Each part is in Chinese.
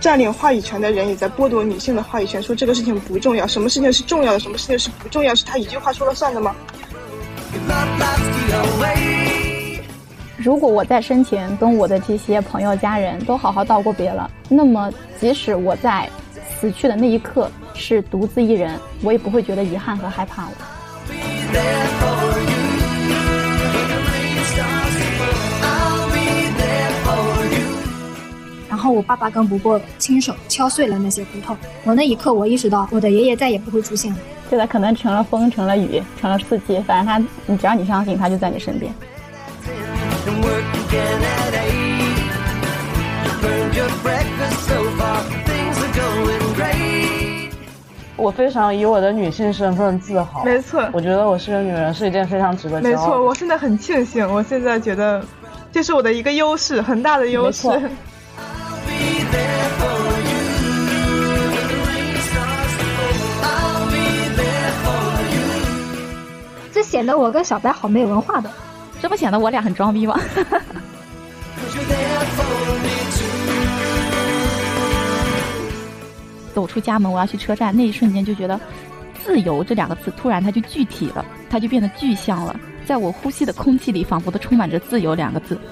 占领话语权的人也在剥夺女性的话语权，说这个事情不重要，什么事情是重要的，什么事情是不重要，是他一句话说了算的吗？ 如果我在生前跟我的这些朋友家人都好好道过别了，那么即使我在死去的那一刻是独自一人，我也不会觉得遗憾和害怕了。 然后我爸爸跟伯伯亲手敲碎了那些骨头，我那一刻我意识到我的爷爷再也不会出现了。 现在可能成了风，成了雨，成了四季，反正你只要你相信他就在你身边。 我非常以我的女性身份自豪。 没错， 我觉得我是个女人是一件非常值得骄傲的。 没错，我现在很庆幸，我现在觉得这是我的一个优势，很大的优势。 这显得我跟小白好没文化的， 这不显得我俩很装逼吗？走出家门，我要去车站，那一瞬间就觉得自由这两个字突然它就具体了，它就变得具象了，在我呼吸的空气里仿佛都充满着自由两个字。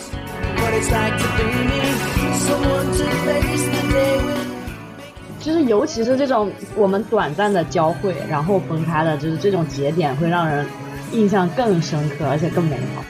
就是尤其是这种我们短暂的交汇然后分开的，就是这种节点会让人印象更深刻而且更美好。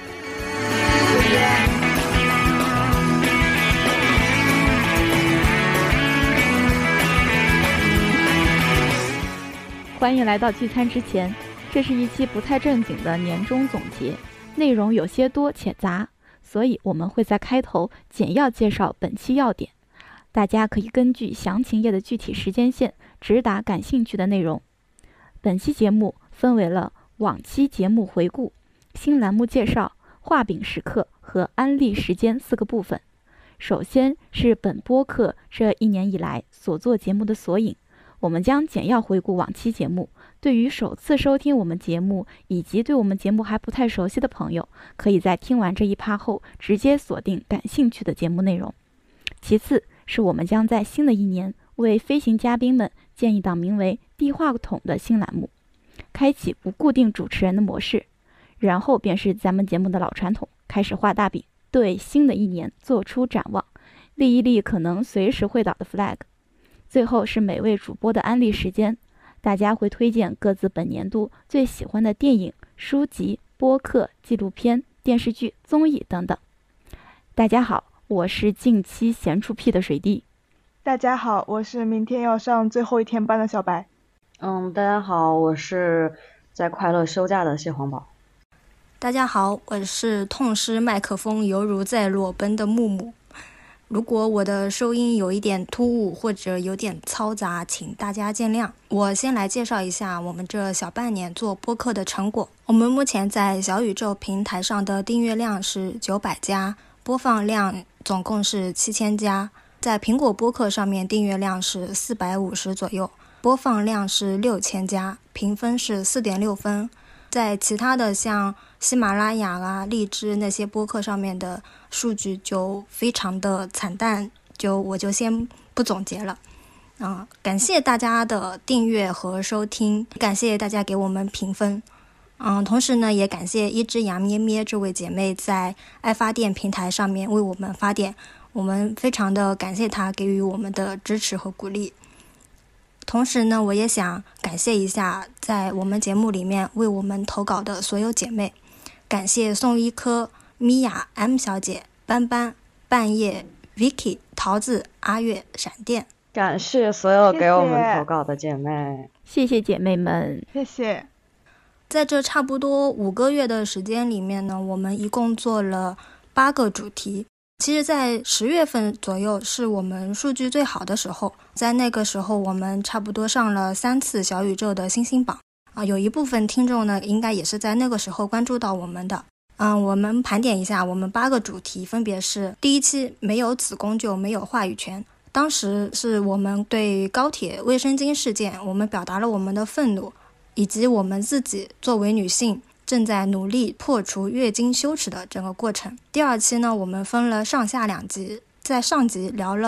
欢迎来到聚餐之前，这是一期不太正经的年终总结，内容有些多且杂，所以我们会在开头简要介绍本期要点，大家可以根据详情页的具体时间线直达感兴趣的内容。本期节目分为了往期节目回顾、新栏目介绍、画饼时刻和安利时间4个部分。首先是本播客这1年以来所做节目的索引，我们将简要回顾往期节目，对于首次收听我们节目以及对我们节目还不太熟悉的朋友，可以在听完这一趴后直接锁定感兴趣的节目内容。其次是我们将在新的1年为飞行嘉宾们建一档名为地话筒的新栏目，开启不固定主持人的模式。然后便是咱们节目的老传统，开始画大饼，对新的1年做出展望，立一立可能随时会倒的 flag。最后是每位主播的安利时间，大家会推荐各自本年度最喜欢的电影、书籍、播客、纪录片、电视剧、综艺等等。大家好，我是近期闲出屁的水滴。 大家好，我是明天要上最后一天班的小白。 大家好，我是在快乐休假的蟹黄堡。 大家好，我是痛失麦克风犹如在裸奔的木木。如果我的收音有一点突兀或者有点嘈杂，请大家见谅。我先来介绍一下我们这小半年做播客的成果。我们目前在小宇宙平台上的订阅量是900加，播放量总共是7000加。在苹果播客上面订阅量是450左右，播放量是6000加，评分是4.6分。在其他的像喜马拉雅啊、荔枝那些播客上面的数据就非常的惨淡，我就先不总结了。感谢大家的订阅和收听，感谢大家给我们评分。同时呢，也感谢一只羊咩咩这位姐妹在爱发电平台上面为我们发电，我们非常的感谢她给予我们的支持和鼓励。同时呢，我也想感谢一下在我们节目里面为我们投稿的所有姐妹，感谢宋一科、米娅、M 小姐、斑斑、半夜、Vicky、桃子、阿月、闪电。 感谢所有给我们投稿的姐妹， 谢谢姐妹们， 谢谢。 在这差不多5个月的时间里面呢，我们一共做了8个主题。其实在10月份左右是我们数据最好的时候，在那个时候我们差不多上了3次小宇宙的星星榜有一部分听众呢应该也是在那个时候关注到我们的。我们盘点一下，我们8个主题分别是：第一期没有子宫就没有话语权，当时是我们对高铁卫生巾事件我们表达了我们的愤怒，以及我们自己作为女性正在努力破除月经羞耻的整个过程。第2期呢，我们分了上下2集，在上集聊了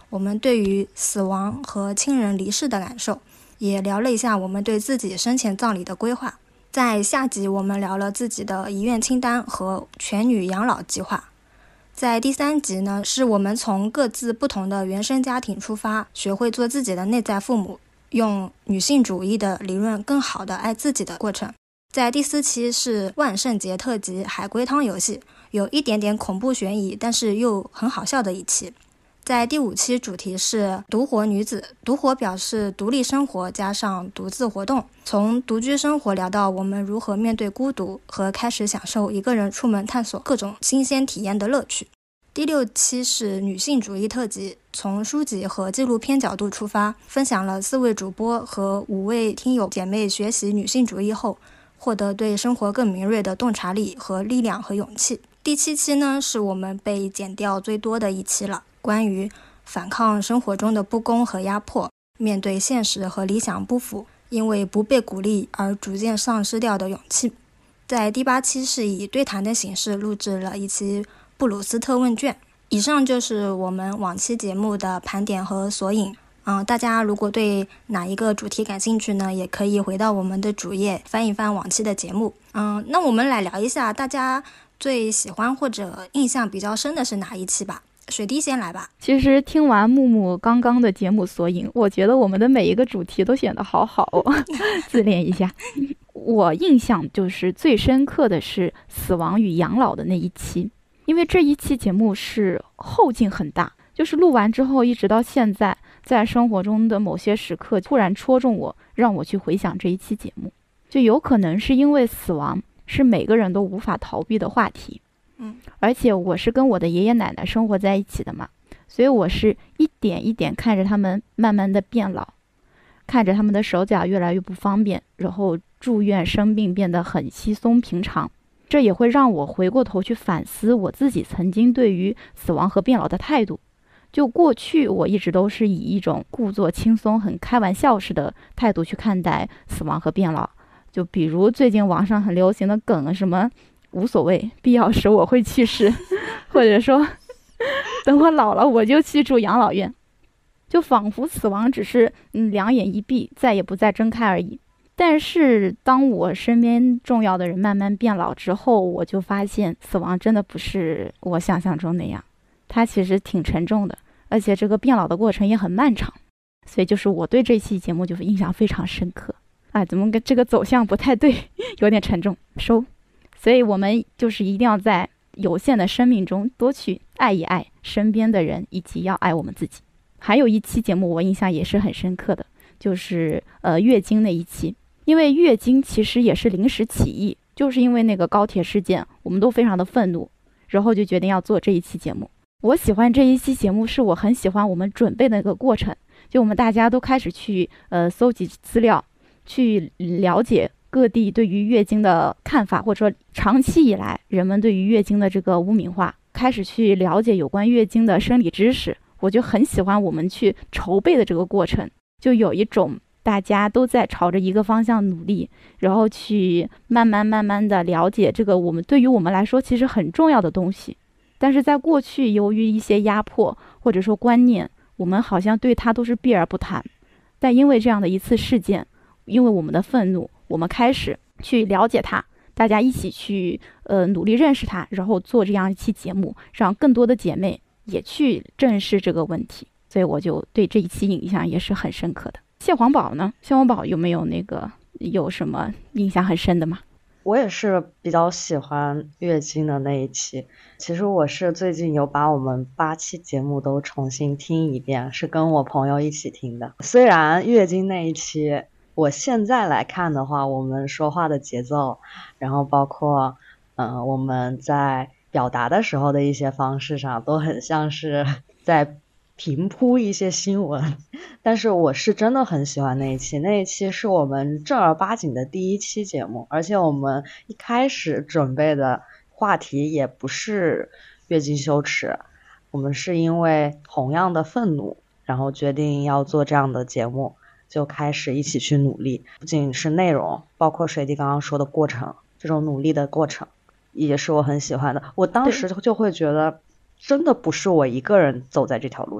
我们对于死亡和亲人离世的感受，也聊了一下我们对自己生前葬礼的规划。在下集我们聊了自己的遗愿清单和全女养老计划。在第3集呢，是我们从各自不同的原生家庭出发，学会做自己的内在父母，用女性主义的理论更好的爱自己的过程。在第4期是万圣节特辑海龟汤游戏，有一点点恐怖悬疑，但是又很好笑的一期。在第5期主题是独活女子，独活表示独立生活加上独自活动，从独居生活聊到我们如何面对孤独和开始享受一个人出门探索各种新鲜体验的乐趣。第6期是女性主义特辑，从书籍和纪录片角度出发，分享了4位主播和5位听友姐妹学习女性主义后获得对生活更敏锐的洞察力和力量和勇气。第7期呢，是我们被剪掉最多的一期了，关于反抗生活中的不公和压迫，面对现实和理想不符，因为不被鼓励而逐渐丧失掉的勇气。在第8期是以对谈的形式录制了一期布鲁斯特问卷。以上就是我们往期节目的盘点和索引。大家如果对哪一个主题感兴趣呢，也可以回到我们的主页翻一翻往期的节目。那我们来聊一下大家最喜欢或者印象比较深的是哪一期吧。水滴先来吧。 其实听完木木刚刚的节目索引，我觉得我们的每一个主题都选得好好哦，自恋一下。我印象就是最深刻的是死亡与养老的那一期，因为这一期节目是后劲很大，就是录完之后一直到现在，在生活中的某些时刻突然戳中我，让我去回想这一期节目。就有可能是因为死亡是每个人都无法逃避的话题，而且我是跟我的爷爷奶奶生活在一起的嘛，所以我是一点一点看着他们慢慢的变老，看着他们的手脚越来越不方便，然后住院生病变得很稀松平常。这也会让我回过头去反思我自己曾经对于死亡和变老的态度。就过去我一直都是以一种故作轻松很开玩笑式的态度去看待死亡和变老，就比如最近网上很流行的梗，什么无所谓，必要时我会去世，或者说等我老了我就去住养老院，就仿佛死亡只是两眼一闭再也不再睁开而已。但是当我身边重要的人慢慢变老之后，我就发现死亡真的不是我想象中那样，它其实挺沉重的，而且这个变老的过程也很漫长。所以就是我对这期节目就是印象非常深刻。怎么跟这个走向不太对，有点沉重，收。所以我们就是一定要在有限的生命中多去爱一爱身边的人，以及要爱我们自己。还有一期节目我印象也是很深刻的，就是月经那一期。因为月经其实也是临时起意，就是因为那个高铁事件，我们都非常的愤怒，然后就决定要做这一期节目。我喜欢这一期节目，是我很喜欢我们准备的那个过程，就我们大家都开始去搜集资料，去了解各地对于月经的看法，或者说长期以来人们对于月经的这个污名化，开始去了解有关月经的生理知识。我就很喜欢我们去筹备的这个过程，就有一种大家都在朝着一个方向努力，然后去慢慢的了解这个对于我们来说其实很重要的东西。但是在过去由于一些压迫或者说观念，我们好像对它都是避而不谈。但因为这样的一次事件，因为我们的愤怒，我们开始去了解它，大家一起去努力认识它，然后做这样一期节目，让更多的姐妹也去正视这个问题。所以我就对这一期印象也是很深刻的。蟹黄堡呢？蟹黄堡有没有有什么印象很深的吗？ 我也是比较喜欢月经的那一期。其实我是最近有把我们8期节目都重新听一遍，是跟我朋友一起听的。虽然月经那一期我现在来看的话，我们说话的节奏，然后包括我们在表达的时候的一些方式上，都很像是在平铺一些新闻，但是我是真的很喜欢那一期。那一期是我们正儿八经的第1期节目，而且我们一开始准备的话题也不是月经羞耻，我们是因为同样的愤怒，然后决定要做这样的节目，就开始一起去努力。不仅是内容，包括水滴刚刚说的过程，这种努力的过程也是我很喜欢的。我当时就会觉得真的不是我一个人走在这条路上，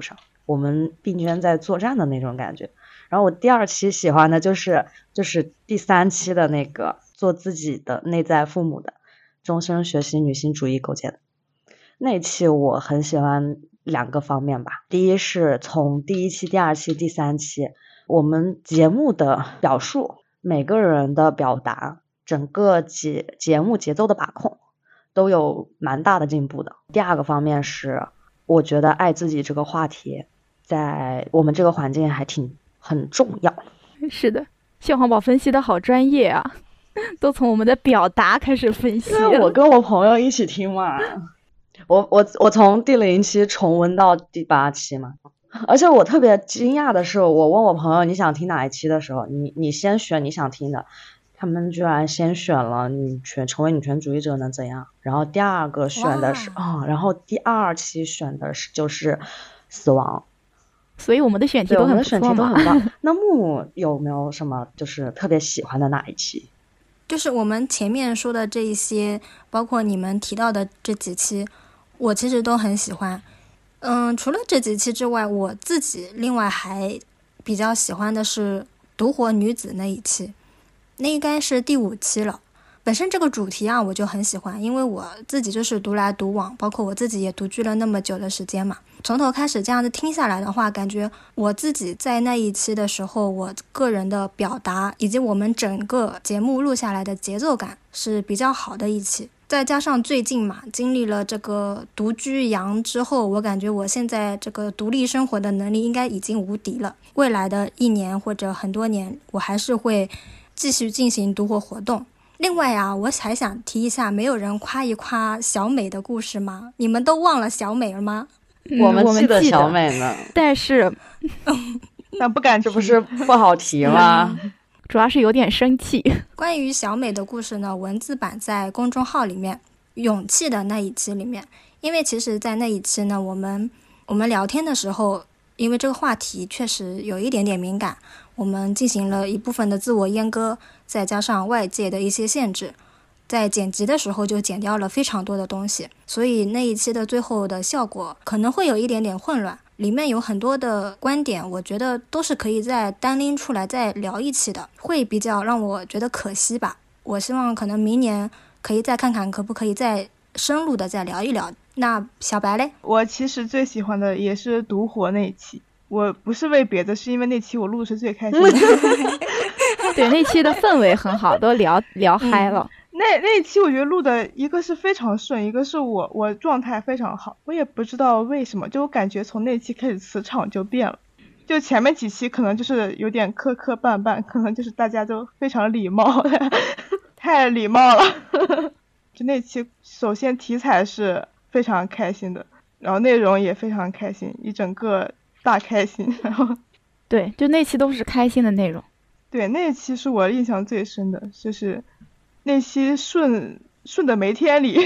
我们并肩在作战的那种感觉。然后我第2期喜欢的就是第3期的那个做自己的内在父母的终身学习女性主义构建的那一期，我很喜欢2个方面吧。第一是从第1期、第2期、第3期我们节目的表述，每个人的表达，整个节目节奏的把控都有蛮大的进步的。第2个方面是我觉得爱自己这个话题在我们这个环境还很重要。 是的，蟹黄堡分析的好专业啊，都从我们的表达开始分析。 我跟我朋友一起听嘛，我从第0期重温到第8期嘛。而且我特别惊讶的是，我问我朋友你想听哪一期的时候，你先选你想听的，他们居然先选了成为女权主义者能怎样，然后第2个选的是然后第2期选的就是死亡。 所以我们的选题都很不错嘛。 我们的选题都很棒。那木木有没有什么就是特别喜欢的哪一期？ 就是我们前面说的这一些，包括你们提到的这几期，我其实都很喜欢。除了这几期之外，我自己另外还比较喜欢的是独活女子那一期，那应该是第5期了。本身这个主题啊，我就很喜欢，因为我自己就是独来独往，包括我自己也独居了那么久的时间嘛。从头开始这样子听下来的话，感觉我自己在那一期的时候，我个人的表达以及我们整个节目录下来的节奏感是比较好的一期。再加上最近嘛，经历了这个独居阳之后，我感觉我现在这个独立生活的能力应该已经无敌了。未来的1年或者很多年，我还是会继续进行独活活动。另外啊，我还想提一下，没有人夸一夸小美的故事吗？你们都忘了小美了吗？ 我们记得小美呢， 但是但不敢提， 这不是不好提吗？ 主要是有点生气。 关于小美的故事呢，文字版在公众号里面，勇气的那一期里面。因为其实在那一期呢，我们聊天的时候，因为这个话题确实有一点点敏感，我们进行了一部分的自我阉割，再加上外界的一些限制，在剪辑的时候就剪掉了非常多的东西，所以那一期的最后的效果可能会有一点点混乱，里面有很多的观点，我觉得都是可以再单拎出来再聊一期的，会比较让我觉得可惜吧。我希望可能明年可以再看看可不可以再深入的再聊一聊。那小白嘞？ 我其实最喜欢的也是独活那一期，我不是为别的，是因为那期我录的是最开心的。 对，那期的氛围很好，都聊嗨了。 那一期我觉得录的一个是非常顺，一个是我状态非常好，我也不知道为什么，就我感觉从那期开始磁场就变了。就前面几期可能就是有点磕磕绊绊，可能就是大家都非常礼貌，太礼貌了。就那期首先题材是非常开心的，然后内容也非常开心，一整个大开心。然后对，就那期都是开心的内容。 对，那期是我印象最深的，就是那期顺的没天理。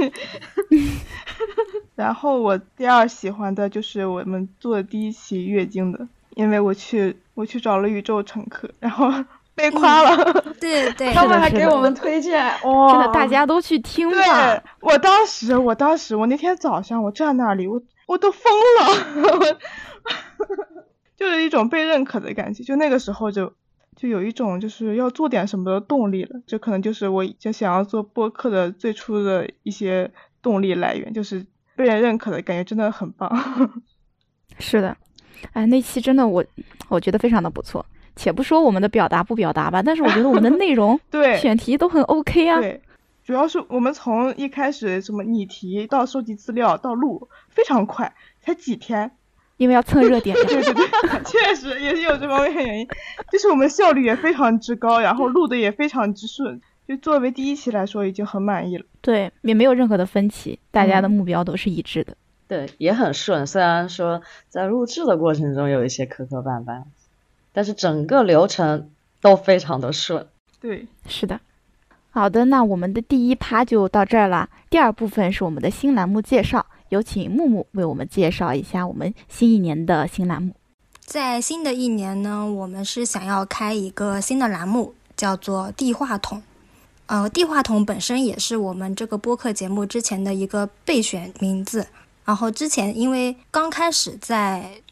然后我第2喜欢的就是我们做的第1期月经的，因为我去找了宇宙乘客，然后被夸了。 对对， 他们还给我们推荐，哇， 真的大家都去听吧。 对，我当时我那天早上我站那里，我都疯了。就是一种被认可的感觉，就那个时候就有一种就是要做点什么的动力了，这可能就是我就想要做播客的最初的一些动力来源，就是被人认可的感觉，真的很棒。 是的，哎，那期真的我觉得非常的不错。且不说我们的表达不表达吧，但是我觉得我们的内容对选题都很 OK 啊。 对，主要是我们从一开始什么拟题到收集资料到录非常快，才几天。 因为要蹭热点。 对，确实也是有这方面原因，就是我们效率也非常之高，然后录的也非常之顺，就作为第1期来说已经很满意了。 对，也没有任何的分歧，大家的目标都是一致的。 对，也很顺，虽然说在录制的过程中有一些磕磕绊绊，但是整个流程都非常的顺。 对， 是的。好的，那我们的第1趴就到这儿了。第2部分是我们的新栏目介绍，有请木木为我们介绍一下我们新1年的新栏目。 在新的1年呢，我们是想要开一个新的栏目，叫做地话筒。地话筒本身也是我们这个播客节目之前的一个备选名字。然后之前因为刚开始在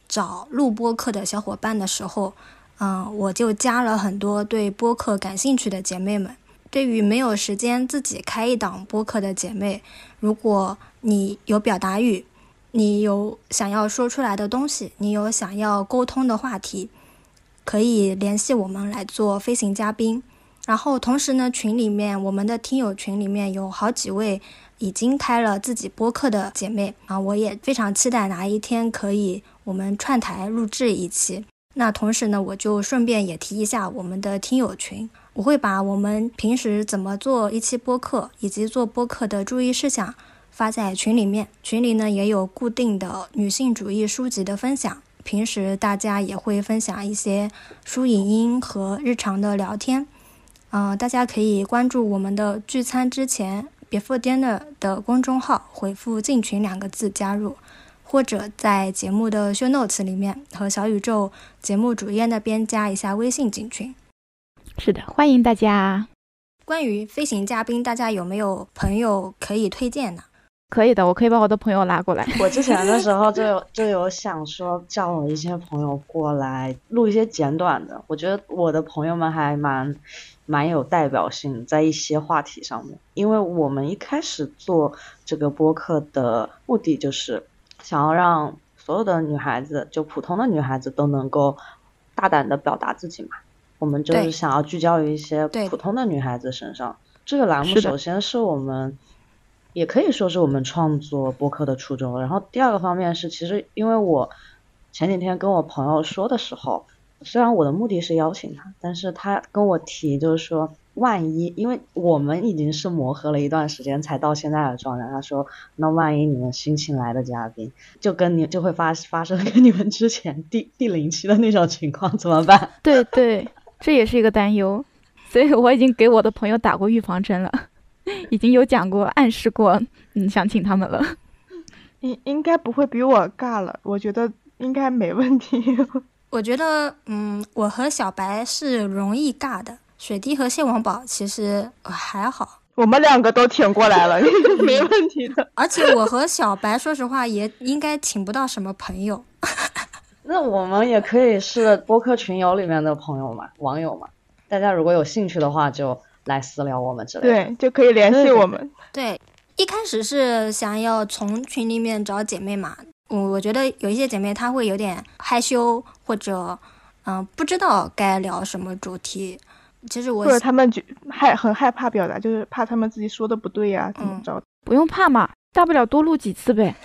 找录播客的小伙伴的时候，我就加了很多对播客感兴趣的姐妹们。对于没有时间自己开一档播客的姐妹，如果你有表达欲，你有想要说出来的东西，你有想要沟通的话题，可以联系我们来做飞行嘉宾。然后同时呢，群里面我们的听友群里面有好几位已经开了自己播客的姐妹啊，我也非常期待哪一天可以我们串台录制一期。那同时呢，我就顺便也提一下我们的听友群，我会把我们平时怎么做一期播客以及做播客的注意事项发在群里面。群里呢也有固定的女性主义书籍的分享，平时大家也会分享一些书影音和日常的聊天。大家可以关注我们的聚餐之前 Before Dinner 的公众号，回复进群2个字加入，或者在节目的 show notes 里面和小宇宙节目主页那边加一下微信进群。 是的，欢迎大家。 关于飞行嘉宾，大家有没有朋友可以推荐呢？ 可以的，我可以把我的朋友拉过来。 我之前的时候就有想说叫我一些朋友过来录一些简短的，我觉得我的朋友们还蛮有代表性在一些话题上面。因为我们一开始做这个播客的目的就是想要让所有的女孩子，就普通的女孩子都能够大胆的表达自己嘛。我们就是想要聚焦于一些普通的女孩子身上。这个栏目首先是我们也可以说是我们创作播客的初衷，然后第二个方面是，其实因为我前几天跟我朋友说的时候，虽然我的目的是邀请他，但是他跟我提就是说，万一，因为我们已经是磨合了一段时间才到现在的状态，他说那万一你们新请来的嘉宾就会发生跟你们之前第0期的那种情况怎么办？ 对对，这也是一个担忧，所以我已经给我的朋友打过预防针了，已经有讲过暗示过想请他们了。 应该不会比我尬了，我觉得应该没问题。 我觉得我和小白是容易尬的，水滴和蟹黄堡其实还好， 我们2个都挺过来了，没问题的。 而且我和小白说实话也应该请不到什么朋友。 那我们也可以是播客群友里面的朋友嘛，网友嘛，大家如果有兴趣的话就来私聊我们之类的。 对，就可以联系我们。 对，一开始是想要从群里面找姐妹嘛，我觉得有一些姐妹她会有点害羞，或者不知道该聊什么主题。其实或者他们很害怕表达，就是怕他们自己说的不对呀，怎么着？ 不用怕嘛，大不了多录几次呗。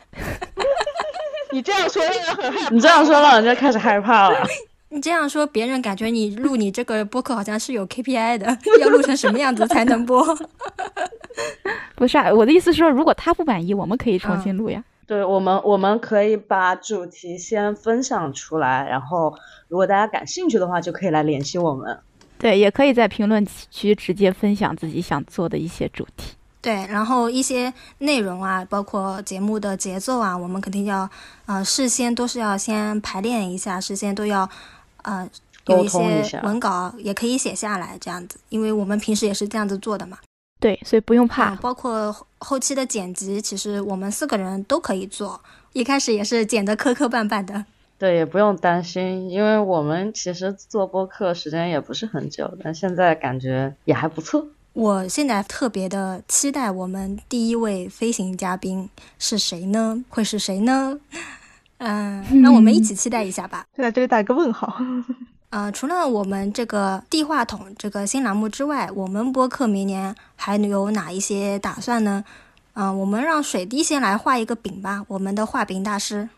你这样说让人很害怕。 你这样说让人家开始害怕了。 你这样说，别人感觉你录你这个播客好像是有 KPI 的，要录成什么样子才能播？ 不是啊，我的意思是说，如果他不满意，我们可以重新录呀。 对，我们可以把主题先分享出来，然后如果大家感兴趣的话，就可以来联系我们。 对，也可以在评论区直接分享自己想做的一些主题。 对，然后一些内容啊，包括节目的节奏啊，我们肯定要事先都是要先排练一下，事先都要有一些文稿也可以写下来这样子，因为我们平时也是这样子做的嘛。 对，所以不用怕。 包括后期的剪辑，其实我们4个人都可以做，一开始也是剪得磕磕绊绊的。 对，也不用担心，因为我们其实做播客时间也不是很久，但现在感觉也还不错。 我现在特别的期待我们第1位飞行嘉宾是谁呢？会是谁呢？让我们一起期待一下吧。 就在这里打个问号。 除了我们这个地话筒这个新栏目之外，我们播客明年还有哪一些打算呢？我们让水滴先来画一个饼吧，我们的画饼大师。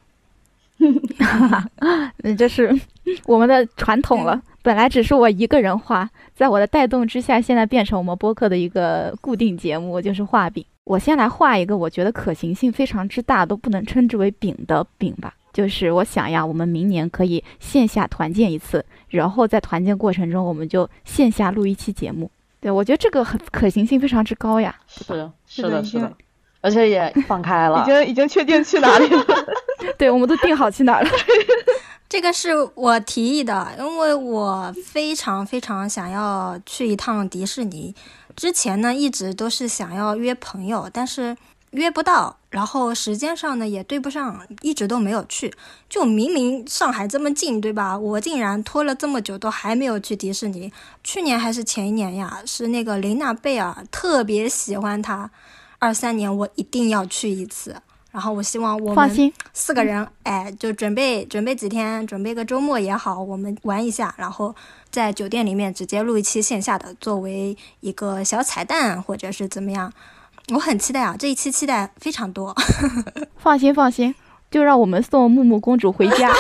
这是我们的传统了。本来只是我一个人画，在我的带动之下，现在变成我们播客的一个固定节目，就是画饼。我先来画一个我觉得可行性非常之大，都不能称之为饼的饼吧。就是我想呀，我们明年可以线下团建一次，然后在团建过程中我们就线下录一期节目。对，我觉得这个可行性非常之高呀。 是的，而且也放开了， 已经确定去哪里了。 对，我们都定好去哪儿了。 这个是我提议的，因为我非常非常想要去一趟迪士尼。之前呢，一直都是想要约朋友，但是约不到，然后时间上呢也对不上，一直都没有去。就明明上海这么近，对吧？我竟然拖了这么久都还没有去迪士尼。去年还是前一年呀，是那个琳娜贝尔特别喜欢他，23年我一定要去一次。然后我希望我们4个人，就准备几天，准备个周末也好，我们玩一下，然后在酒店里面直接录一期线下的，作为一个小彩蛋或者是怎么样。我很期待啊，这一期期待非常多。 放心，就让我们送木木公主回家。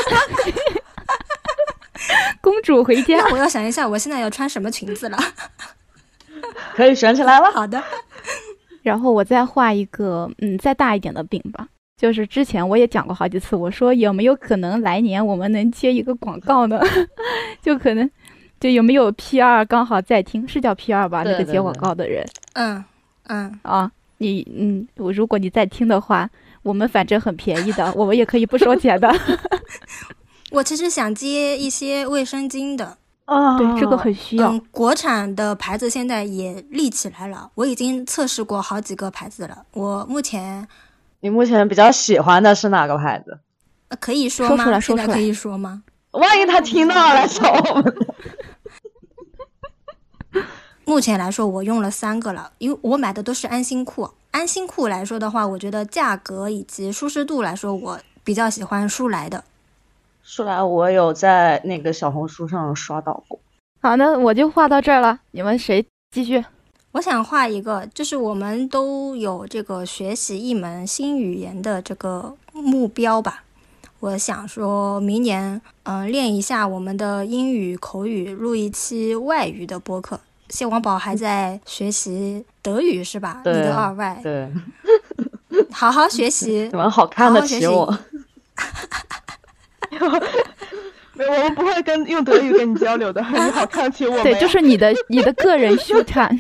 公主回家， 那我要想一下，我现在要穿什么裙子了？ 可以选起来了。 好的。 然后我再画一个再大一点的饼吧，就是之前我也讲过好几次，我说有没有可能来年我们能接一个广告呢？就可能就有没有 P2 刚好在听，是叫 P2 吧？ 对对对， 那个接广告的人。 啊， 如果你在听的话，我们反正很便宜的，我们也可以不收钱的。 我其实想接一些卫生巾的。 对，这个很需要。 国产的牌子现在也立起来了，我已经测试过好几个牌子了。 你目前比较喜欢的是哪个牌子？ 可以说吗？ 说出来， 现在可以说吗？ 万一他听到了来找我们。 目前来说，我用了3个了，因为我买的都是安心裤。安心裤来说的话，我觉得价格以及舒适度来说，我比较喜欢舒莱的。 舒莱我有在那个小红书上刷到过。 好，那我就画到这儿了，你们谁继续？ 我想画一个，就是我们都有这个学习一门新语言的这个目标吧。我想说明年练一下我们的英语口语，录一期外语的播客。蟹王宝还在学习德语是吧？你的2外。 对， 好好学习。 你们好看得起我。 没有，我们不会用德语跟你交流的。你好看得起我们。 对，就是你的个人宣传。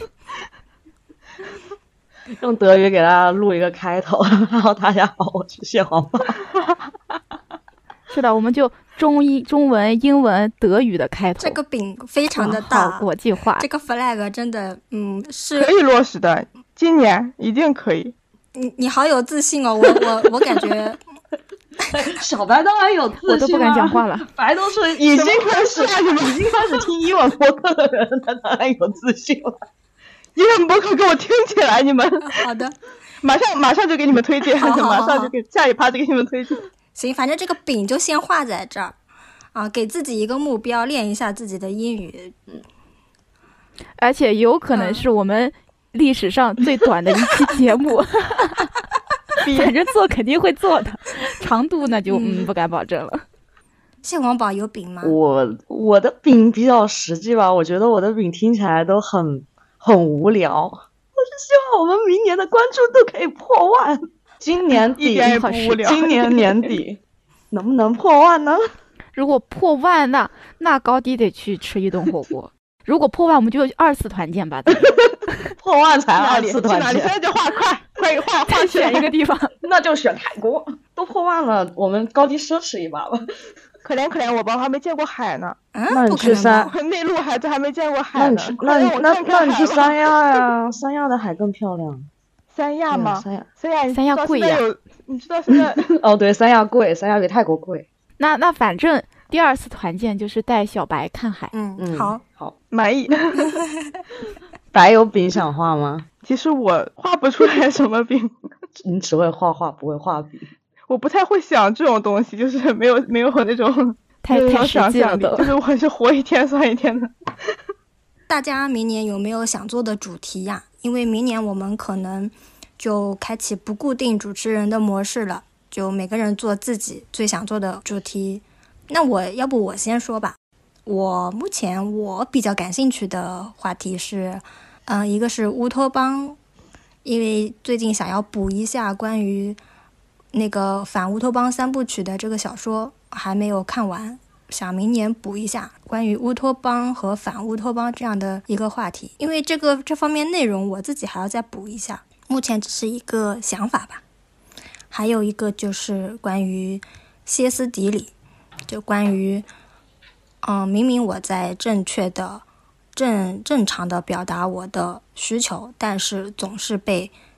用德语给大家录一个开头，然后大家好，我是蟹黄包。 是的，我们就中文、英文、德语的开头。 这个饼非常的大， 国际化。 这个 flag 真的，是可以落实的，今年一定可以。 你好有自信哦，我感觉。 小白当然有自信了， 我都不敢讲话了。 白都是已经开始听英文播客的人，他当然有自信了。 英文播客给我听起来，你们。 好的， 马上就给你们推荐，马上就给下一趴就给你们推荐。 行，反正这个饼就先画在这儿啊，给自己一个目标，练一下自己的英语。 而且有可能是我们历史上最短的一期节目。反正做肯定会做的，长度那就不敢保证了。 蟹黄堡有饼吗？ 我的饼比较实际吧，我觉得我的饼听起来都很无聊。我是希望我们明年的关注度可以破万。今年底今年年底能不能破万呢？ 如果破万，那高低得去吃一顿火锅。如果破万，我们就2次团建吧。 破万才2次团建， 现在就画快画再选一个地方， 那就选泰国。都破万了，我们高低奢侈一把吧。 可怜，我还没见过海呢。 那你去内陆还没见过海呢。 那你去三亚呀？三亚的海更漂亮。 三亚吗？ 三亚贵呀。 你知道现在？ 哦，对，三亚贵，三亚比泰国贵。 那反正第2次团建就是带小白看海。 好， 满意。 白有饼想画吗？ 其实我画不出来什么饼。 你只会画画，不会画饼。 我不太会想这种东西，就是没有那种太实际了的， 就是我是活一天算一天的。 大家明年有没有想做的主题呀？因为明年我们可能就开启不固定主持人的模式了，就每个人做自己最想做的主题。那要不我先说吧。目前我比较感兴趣的话题是，一个是乌托邦，因为最近想要补一下关于那个反乌托邦3部曲的这个小说，还没有看完，想明年补一下关于乌托邦和反乌托邦这样的一个话题，因为这方面内容我自己还要再补一下，目前只是一个想法吧。还有一个就是关于歇斯底里，就关于明明我在正常的表达我的需求，但是总是被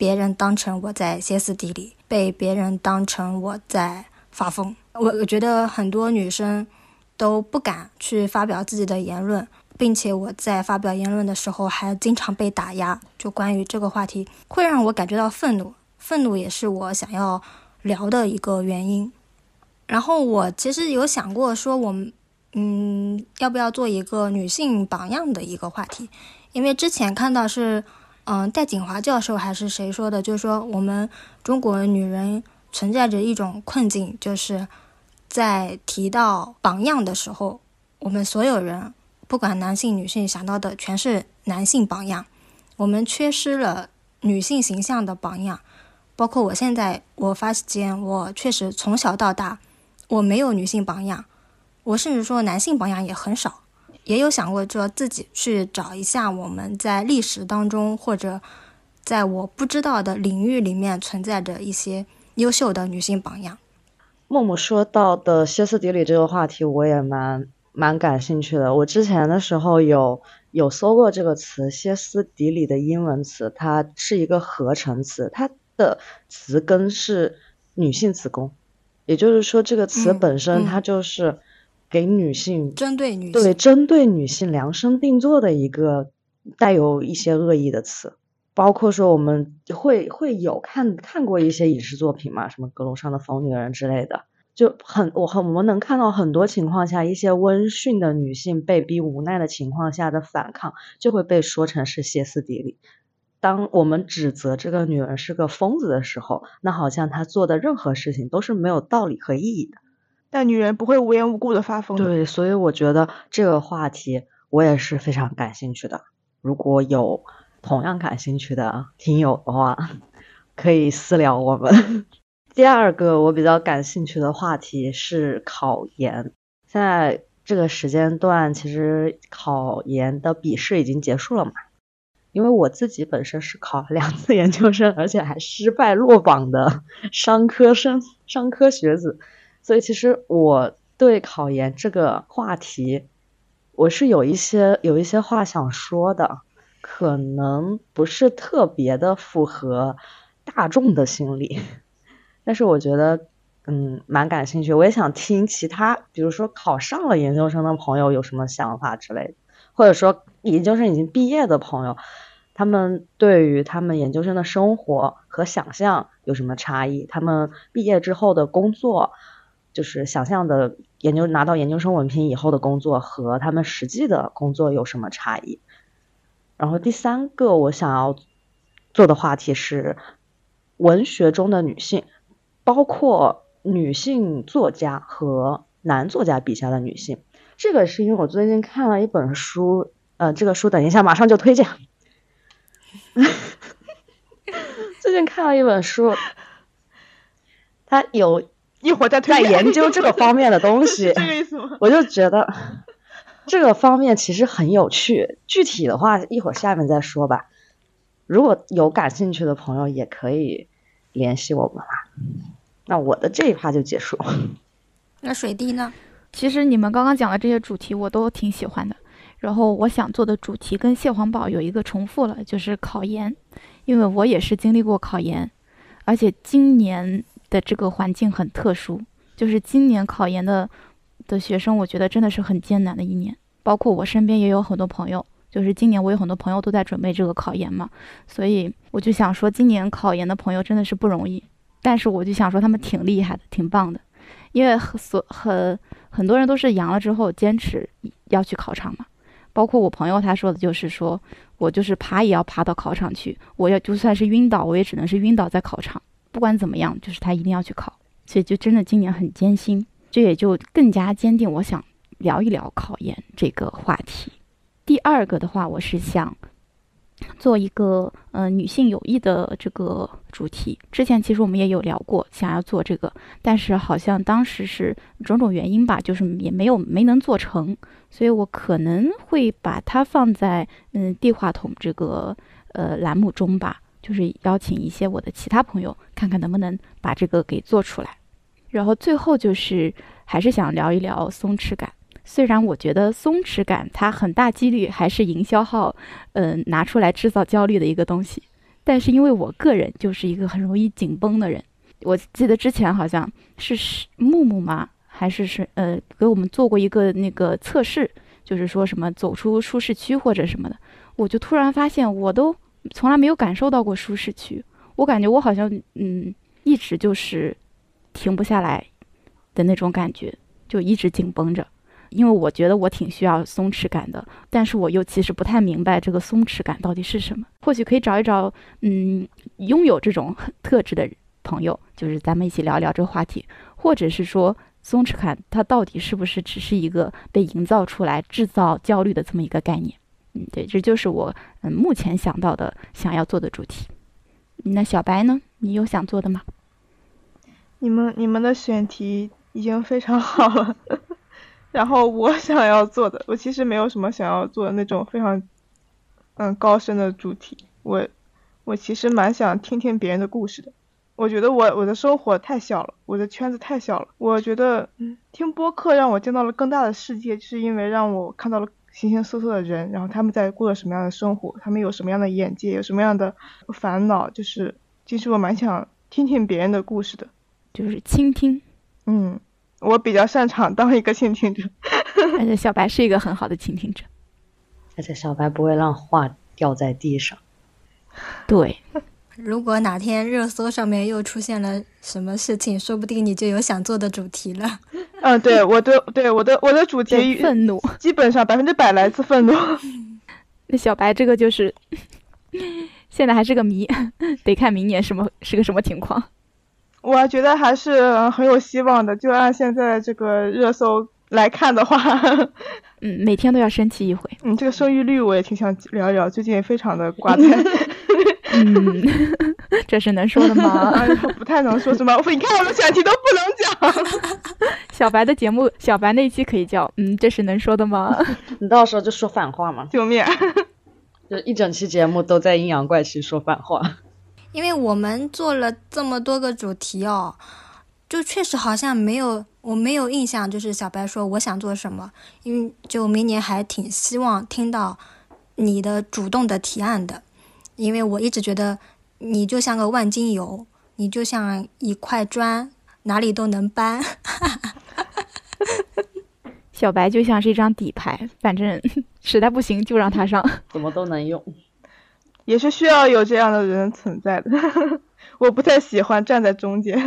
别人当成我在歇斯底里，被别人当成我在发疯。我觉得很多女生都不敢去发表自己的言论，并且我在发表言论的时候还经常被打压。就关于这个话题会让我感觉到愤怒也是我想要聊的一个原因。然后我其实有想过说我们要不要做一个女性榜样的一个话题，因为之前看到是戴锦华教授还是谁说的，就是说我们中国女人存在着一种困境，就是在提到榜样的时候，我们所有人不管男性女性想到的全是男性榜样，我们缺失了女性形象的榜样。包括我现在我发现我确实从小到大我没有女性榜样，我甚至说男性榜样也很少。也有想过说自己去找一下我们在历史当中或者在我不知道的领域里面存在着一些优秀的女性榜样。 木木说到的歇斯底里这个话题我也蛮感兴趣的。我之前的时候有搜过这个词，歇斯底里的英文词，它是一个合成词，它的词根是女性子宫，也就是说这个词本身它就是给女性针对女性， 对，针对女性量身定做的一个带有一些恶意的词。包括说我们会有看过一些影视作品嘛，什么阁楼上的疯女人之类的，就我们能看到很多情况下一些温驯的女性被逼无奈的情况下的反抗就会被说成是歇斯底里。当我们指责这个女人是个疯子的时候，那好像她做的任何事情都是没有道理和意义的， 但女人不会无缘无故的发疯的。 对，所以我觉得这个话题我也是非常感兴趣的。如果有同样感兴趣的听友的话，可以私聊我们。第二个我比较感兴趣的话题是考研。现在这个时间段其实考研的笔试已经结束了嘛，因为我自己本身是考了2次研究生，而且还失败落榜的商科学子，所以其实我对考研这个话题我是有一些话想说的，可能不是特别的符合大众的心理，但是我觉得蛮感兴趣。我也想听其他比如说考上了研究生的朋友有什么想法之类的，或者说研究生已经毕业的朋友，他们对于他们研究生的生活和想象有什么差异，他们毕业之后的工作，就是想象的拿到研究生文凭以后的工作和他们实际的工作有什么差异。然后第三个我想要做的话题是文学中的女性，包括女性作家和男作家笔下的女性。这个是因为我最近看了一本书，这个书等一下马上就推荐。最近看了一本书，他有一会儿再推在研究这个方面的东西这个意思吗？ 我就觉得这个方面其实很有趣，具体的话一会儿下面再说吧。如果有感兴趣的朋友也可以联系我们啦。那我的这一趴就结束。 那水滴呢？ 其实你们刚刚讲的这些主题我都挺喜欢的，然后我想做的主题跟蟹黄堡有一个重复了，就是考研。因为我也是经历过考研，而且今年的这个环境很特殊，就是今年考研的学生我觉得真的是很艰难的一年。包括我身边也有很多朋友，就是今年我有很多朋友都在准备这个考研嘛，所以我就想说今年考研的朋友真的是不容易，但是我就想说他们挺厉害的，挺棒的。因为很多人都是阳了之后坚持要去考场嘛，包括我朋友他说的就是说我就是爬也要爬到考场去，我要就算是晕倒我也只能是晕倒在考场，不管怎么样就是他一定要去考，所以就真的今年很艰辛，这也就更加坚定我想聊一聊考研这个话题。第二个的话，我是想做一个女性友谊的这个主题。之前其实我们也有聊过想要做这个，但是好像当时是种种原因吧，就是也没能做成，所以我可能会把它放在地话筒这个栏目中吧，就是邀请一些我的其他朋友，看看能不能把这个给做出来。然后最后就是还是想聊一聊松弛感。虽然我觉得松弛感它很大几率还是营销号拿出来制造焦虑的一个东西， 但是因为我个人就是一个很容易紧绷的人，我记得之前好像是木木吗？还是给我们做过一个那个测试，就是说什么走出舒适区或者什么的，我就突然发现我都从来没有感受到过舒适区，我感觉我好像一直就是停不下来的那种感觉，就一直紧绷着。因为我觉得我挺需要松弛感的，但是我又其实不太明白这个松弛感到底是什么。或许可以找一找拥有这种特质的朋友，就是咱们一起聊聊这个话题，或者是说松弛感它到底是不是只是一个被营造出来制造焦虑的这么一个概念。对，这就是我目前想到的想要做的主题。那小白呢？你有想做的吗？ 你们的选题已经非常好了。然后我想要做的，我其实没有什么想要做的那种非常高深的主题，我其实蛮想听听别人的故事的。我觉得我的生活太小了，我的圈子太小了。我觉得听播客让我见到了更大的世界，就是因为让我看到了形形色色的人，然后他们在过着什么样的生活，他们有什么样的眼界，有什么样的烦恼，就是其实我蛮想听听别人的故事的， 就是倾听。 我比较擅长当一个倾听者。 而且小白是一个很好的倾听者， 而且小白不会让话掉在地上。 对， 如果哪天热搜上面又出现了什么事情，说不定你就有想做的主题了。 对，我的主题愤怒， 基本上100%来自愤怒。 那小白这个就是现在还是个谜，得看明年是个什么情况。 我觉得还是很有希望的，就按现在这个热搜来看的话， 每天都要生气一回。 这个生育率我也挺想聊一聊，最近也非常的挂在。 这是能说的吗？ 不太能说什么。你看我的选题都不能讲。 小白的节目，小白那一期可以叫这是能说的吗？ 你到时候就说反话嘛。 救命！ 就一整期节目都在阴阳怪气说反话。 因为我们做了这么多个主题哦，就确实好像我没有印象，就是小白说我想做什么，因为就明年还挺希望听到你的主动的提案的，因为我一直觉得你就像个万金油，你就像一块砖，哪里都能搬。 小白就像是一张底牌，反正实在不行就让他上， 怎么都能用。 也是需要有这样的人存在的。我不太喜欢站在中间。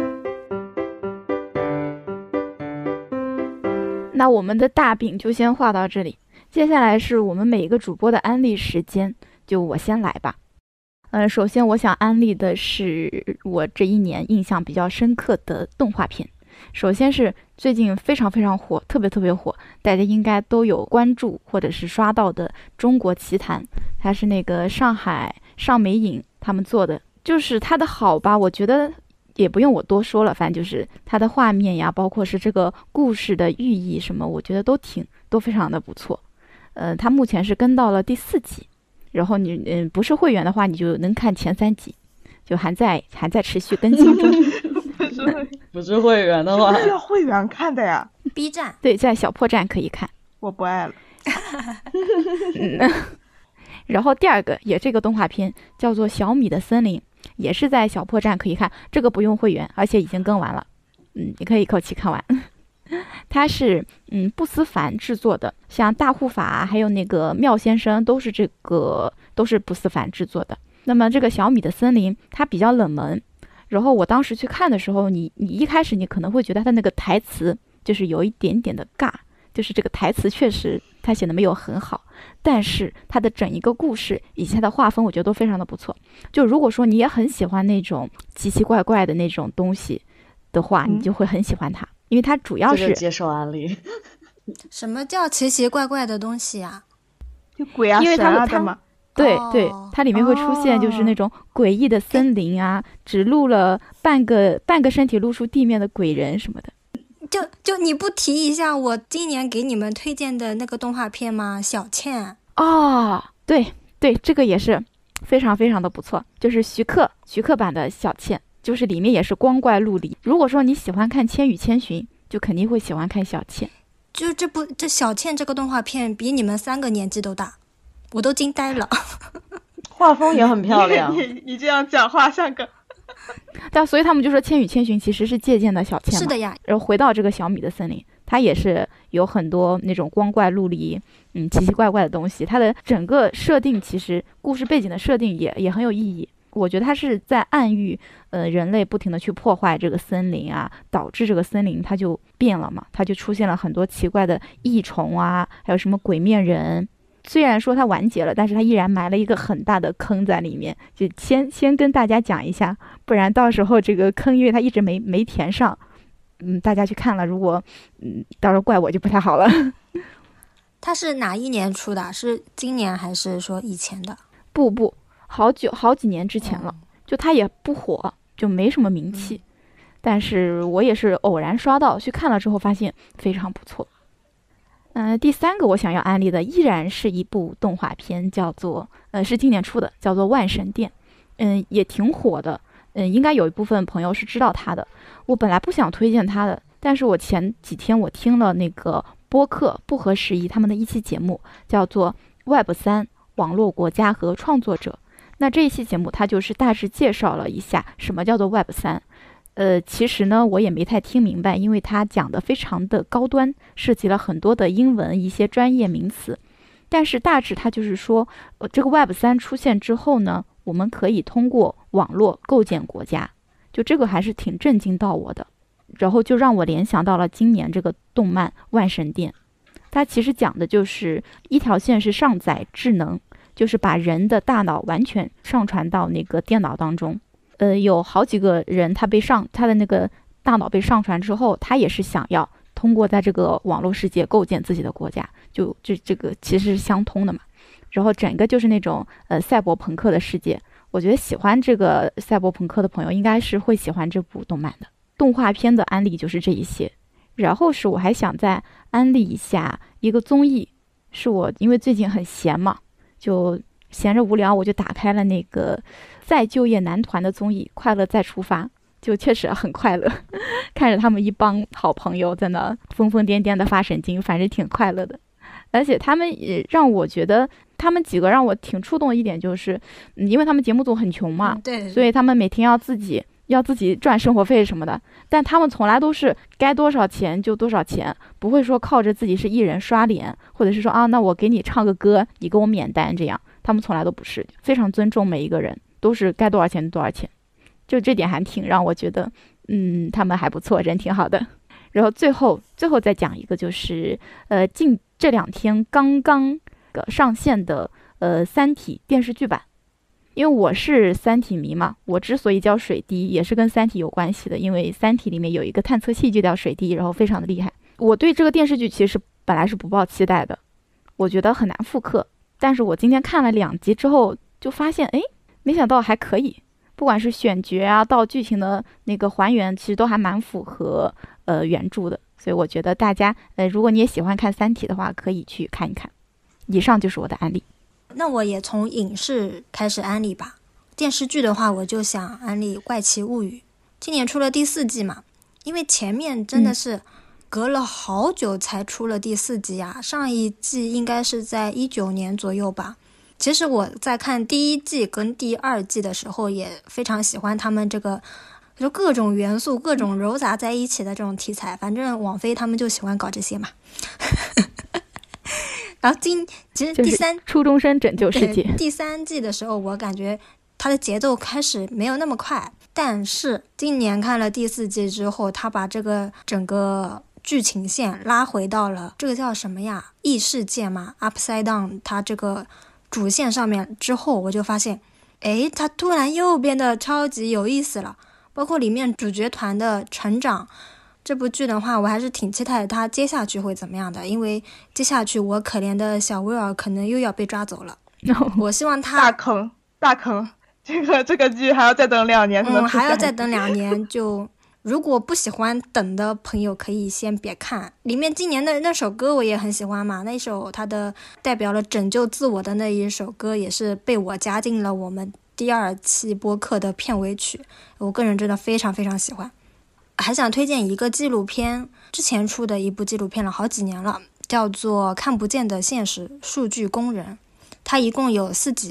那我们的大饼就先画到这里，接下来是我们每一个主播的安利时间，就我先来吧。首先我想安利的是我这一年印象比较深刻的动画片。首先是最近非常非常火，特别特别火，大家应该都有关注或者是刷到的《中国奇谭》，它是那个上海上美影他们做的。就是它的好吧，我觉得也不用我多说了，反正就是它的画面呀，包括是这个故事的寓意什么，我觉得都非常的不错。它目前是跟到了第4集，然后你不是会员的话，你就能看前3集，就还在持续更新中。 不是会员的话， 是要会员看的呀。 B 站对，在小破站可以看。 我不爱了。 然后第二个也这个动画片叫做《小米的森林》，也是在小破站可以看，这个不用会员，而且已经更完了。你可以一口气看完。它是不思凡制作的，像大护法还有那个妙先生都是不思凡制作的。那么这个小米的森林它比较冷门，然后我当时去看的时候，你一开始你可能会觉得它那个台词就是有一点点的尬，就是这个台词确实它写的没有很好，但是它的整一个故事以及它的画风我觉得都非常的不错。就如果说你也很喜欢那种奇奇怪怪的那种东西的话，你就会很喜欢它，因为它主要是接受安利。 什么叫奇奇怪怪的东西啊？ 就鬼啊神啊的嘛。 对对，它里面会出现就是那种诡异的森林啊，只露了半个身体露出地面的鬼人什么的。 就你不提一下我今年给你们推荐的那个动画片吗？小倩。 对对，这个也是非常非常的不错，就是徐克版的小倩，就是里面也是光怪陆离。如果说你喜欢看《千与千寻》，就肯定会喜欢看小倩。 就这小倩这个动画片比你们3个年纪都大，我都惊呆了。 画风也很漂亮。 你这样讲话像个但所以他们就说《千与千寻》其实是借鉴的小千嘛。 是的呀。 然后回到这个小米的森林，它也是有很多那种光怪陆离奇奇怪怪的东西。它的整个设定其实故事背景的设定也很有意义。我觉得它是在暗喻人类不停的去破坏这个森林啊，导致这个森林它就变了嘛，它就出现了很多奇怪的益虫啊，还有什么鬼面人。虽然说它完结了，但是它依然埋了一个很大的坑在里面，就先跟大家讲一下，不然到时候这个坑因为它一直没填上，大家去看了，如果到时候怪我就不太好了。 它是哪一年出的？是今年还是说以前的？ 不，好几年之前了，就它也不火，就没什么名气。但是我也是偶然刷到，去看了之后发现非常不错。第三个我想要安利的依然是一部动画片，叫做是今年出的，叫做《万神殿》。也挺火的。应该有一部分朋友是知道它的。我本来不想推荐它的，但是我前几天我听了那个播客不合时宜他们的一期节目，叫做 Web3 网络国家和创作者。那这一期节目它就是大致介绍了一下什么叫做 Web3。其实呢我也没太听明白，因为它讲的非常的高端，涉及了很多的英文一些专业名词。但是大致它就是说，这个 Web3 出现之后呢，我们可以通过网络构建国家，就这个还是挺震惊到我的。然后就让我联想到了今年这个动漫《万神殿》，它其实讲的就是一条线是上载智能，就是把人的大脑完全上传到那个电脑当中。有好几个人他的那个大脑被上传之后，他也是想要通过在这个网络世界构建自己的国家，就这个其实是相通的嘛。然后整个就是那种赛博朋克的世界。我觉得喜欢这个赛博朋克的朋友应该是会喜欢这部动漫的。动画片的安利就是这一些。然后是我还想再安利一下一个综艺，是我因为最近很闲嘛，就闲着无聊，我就打开了那个再就业男团的综艺《快乐再出发》，就确实很快乐，看着他们一帮好朋友在那疯疯癫癫的发神经，反正挺快乐的。而且他们也让我觉得，他们几个让我挺触动的一点就是，因为他们节目组很穷嘛， 对， 所以他们每天要自己赚生活费什么的，但他们从来都是该多少钱就多少钱，不会说靠着自己是艺人刷脸，或者是说那我给你唱个歌，你给我免单这样，他们从来都不是，非常尊重每一个人，都是该多少钱多少钱，就这点还挺让我觉得，他们还不错，人挺好的。然后最后再讲一个，就是近这2天刚刚上线的三体电视剧版。因为我是三体迷嘛，我之所以叫水滴也是跟三体有关系的，因为三体里面有一个探测器就叫水滴，然后非常的厉害。我对这个电视剧其实本来是不抱期待的，我觉得很难复刻，但是我今天看了2集之后就发现，没想到还可以，不管是选角啊到剧情的那个还原，其实都还蛮符合原著的，所以我觉得大家如果你也喜欢看三体的话，可以去看一看。以上就是我的案例。 那我也从影视开始安利吧。电视剧的话，我就想安利《怪奇物语》，今年出了第4季嘛，因为前面真的是隔了好久才出了第4季啊，上一季应该是在19年左右吧。其实我在看第1季跟第2季的时候，也非常喜欢他们这个就各种元素各种糅杂在一起的这种题材，反正网飞他们就喜欢搞这些嘛。然后其实第3 初中生拯救世界第3季的时候，我感觉它的节奏开始没有那么快，但是今年看了第4季之后，他把这个整个剧情线拉回到了这个叫什么呀，异世界嘛 Upside Down， 它这个主线上面之后，我就发现它突然又变得超级有意思了，包括里面主角团的成长。这部剧的话，我还是挺期待它接下去会怎么样的，因为接下去我可怜的小威尔可能又要被抓走了。我希望他大坑，这个剧还要再等2年才能出现。 还要再等2年，就如果不喜欢等的朋友可以先别看。里面今年的那首歌我也很喜欢嘛，那首它的代表了拯救自我的那一首歌，也是被我加进了我们第2期播客的片尾曲，我个人真的非常非常喜欢。还想推荐一个纪录片，之前出的一部纪录片了好几年了，叫做《看不见的现实：数据工人》。它一共有4集，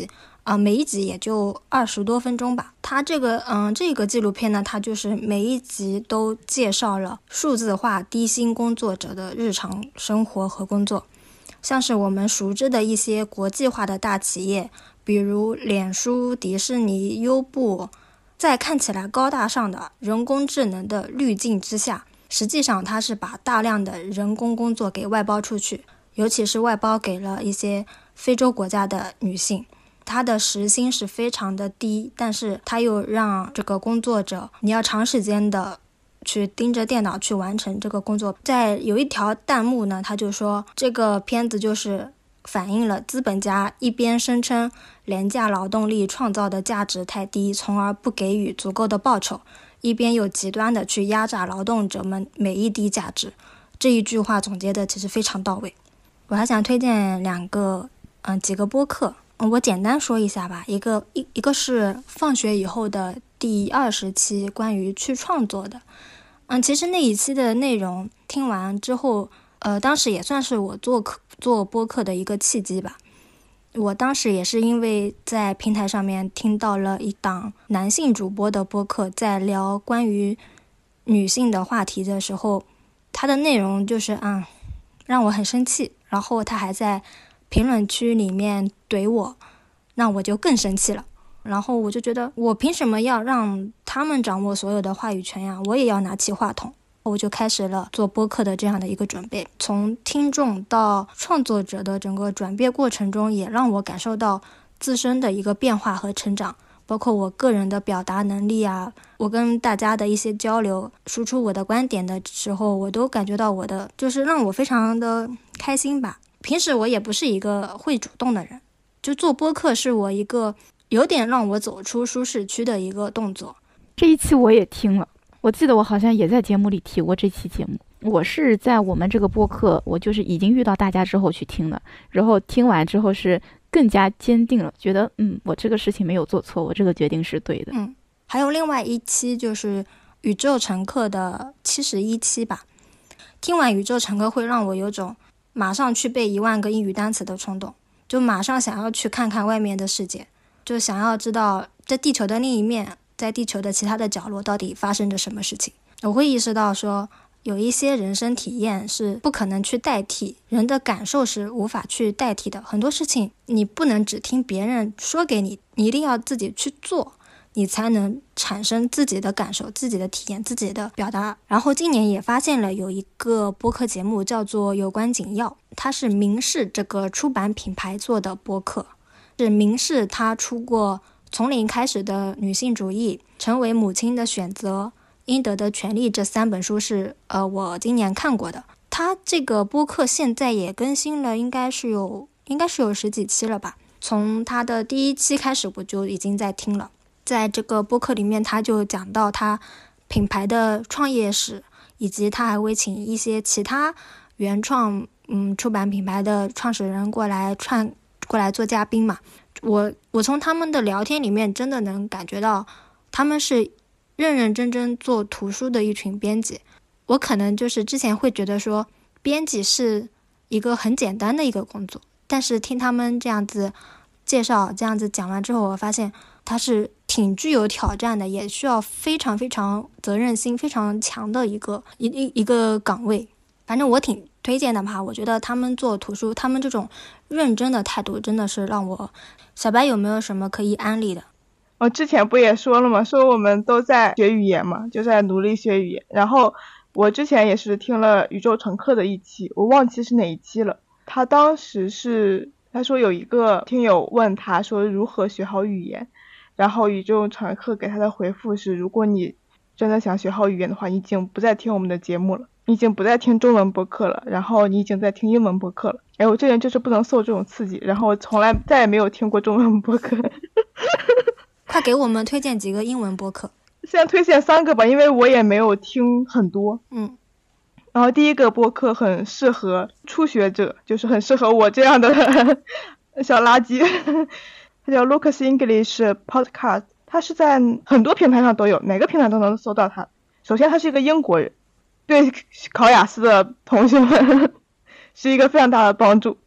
每一集也就20多分钟吧。它这个纪录片呢，它就是每一集都介绍了数字化低薪工作者的日常生活和工作，像是我们熟知的一些国际化的大企业，比如脸书、迪士尼、优步，在看起来高大上的人工智能的滤镜之下，实际上它是把大量的人工工作给外包出去，尤其是外包给了一些非洲国家的女性。他的时薪是非常的低，但是他又让这个工作者你要长时间的去盯着电脑去完成这个工作。在有一条弹幕呢，他就说这个片子就是反映了资本家一边声称廉价劳动力创造的价值太低，从而不给予足够的报酬，一边又极端的去压榨劳动者们每一滴价值。这一句话总结的其实非常到位。我还想推荐几个播客，我简单说一下吧。一个是放学以后的第20期，关于去创作的。其实那一期的内容听完之后，当时也算是我做播客的一个契机吧。我当时也是因为在平台上面听到了一档男性主播的播客，在聊关于女性的话题的时候，他的内容就是让我很生气，然后他还在评论区里面怼我，那我就更生气了。然后我就觉得，我凭什么要让他们掌握所有的话语权呀？我也要拿起话筒。我就开始了做播客的这样的一个准备。从听众到创作者的整个转变过程中，也让我感受到自身的一个变化和成长，包括我个人的表达能力啊，我跟大家的一些交流，输出我的观点的时候，我都感觉到就是让我非常的开心吧。平时我也不是一个会主动的人，就做播客是我一个有点让我走出舒适区的一个动作。 这一期我也听了，我记得我好像也在节目里提过这期节目。我是在我们这个播客，我就是已经遇到大家之后去听的，然后听完之后是更加坚定了，觉得我这个事情没有做错，我这个决定是对的。 还有另外一期就是宇宙乘客的71期吧。听完宇宙乘客会让我有种马上去背1万个英语单词的冲动，就马上想要去看看外面的世界，就想要知道在地球的另一面，在地球的其他的角落到底发生着什么事情。我会意识到说，有一些人生体验是不可能去代替，人的感受是无法去代替的。很多事情你不能只听别人说给你，你一定要自己去做，你才能产生自己的感受、自己的体验、自己的表达。然后今年也发现了有一个播客节目叫做有关紧要，它是明视这个出版品牌做的播客。是明视它出过从零开始的女性主义、成为母亲的选择、应得的权利，这3本书是我今年看过的。它这个播客现在也更新了，应该是有10几期了吧。从它的第1期开始我就已经在听了。在这个播客里面，他就讲到他品牌的创业史，以及他还会请一些其他原创出版品牌的创始人过来做嘉宾嘛。我从他们的聊天里面真的能感觉到他们是认认真真做图书的一群编辑。我可能就是之前会觉得说编辑是一个很简单的一个工作，但是听他们这样子介绍，这样子讲完之后，我发现它是挺具有挑战的，也需要非常非常责任心非常强的一个岗位。反正我挺推荐的吧，我觉得他们做图书，他们这种认真的态度真的是让我。小白有没有什么可以安利的？ 我之前不也说了吗？说我们都在学语言嘛，就在努力学语言。然后我之前也是听了宇宙乘客的一期，我忘记是哪一期了。他当时他说有一个听友问他说如何学好语言，然后宇宙乘客给他的回复是，如果你真的想学好语言的话，你已经不再听我们的节目了，你已经不再听中文播客了，然后你已经在听英文播客了。我这人就是不能受这种刺激，然后从来再也没有听过中文播客。 快给我们推荐几个英文播客。 现在推荐3个吧，因为我也没有听很多。然后第一个播客很适合初学者，就是很适合我这样的小垃圾。它叫 Lucas English Podcast， 它是在很多平台上都有，哪个平台都能搜到它。首先他是一个英国人，对考雅思的同学们是一个非常大的帮助。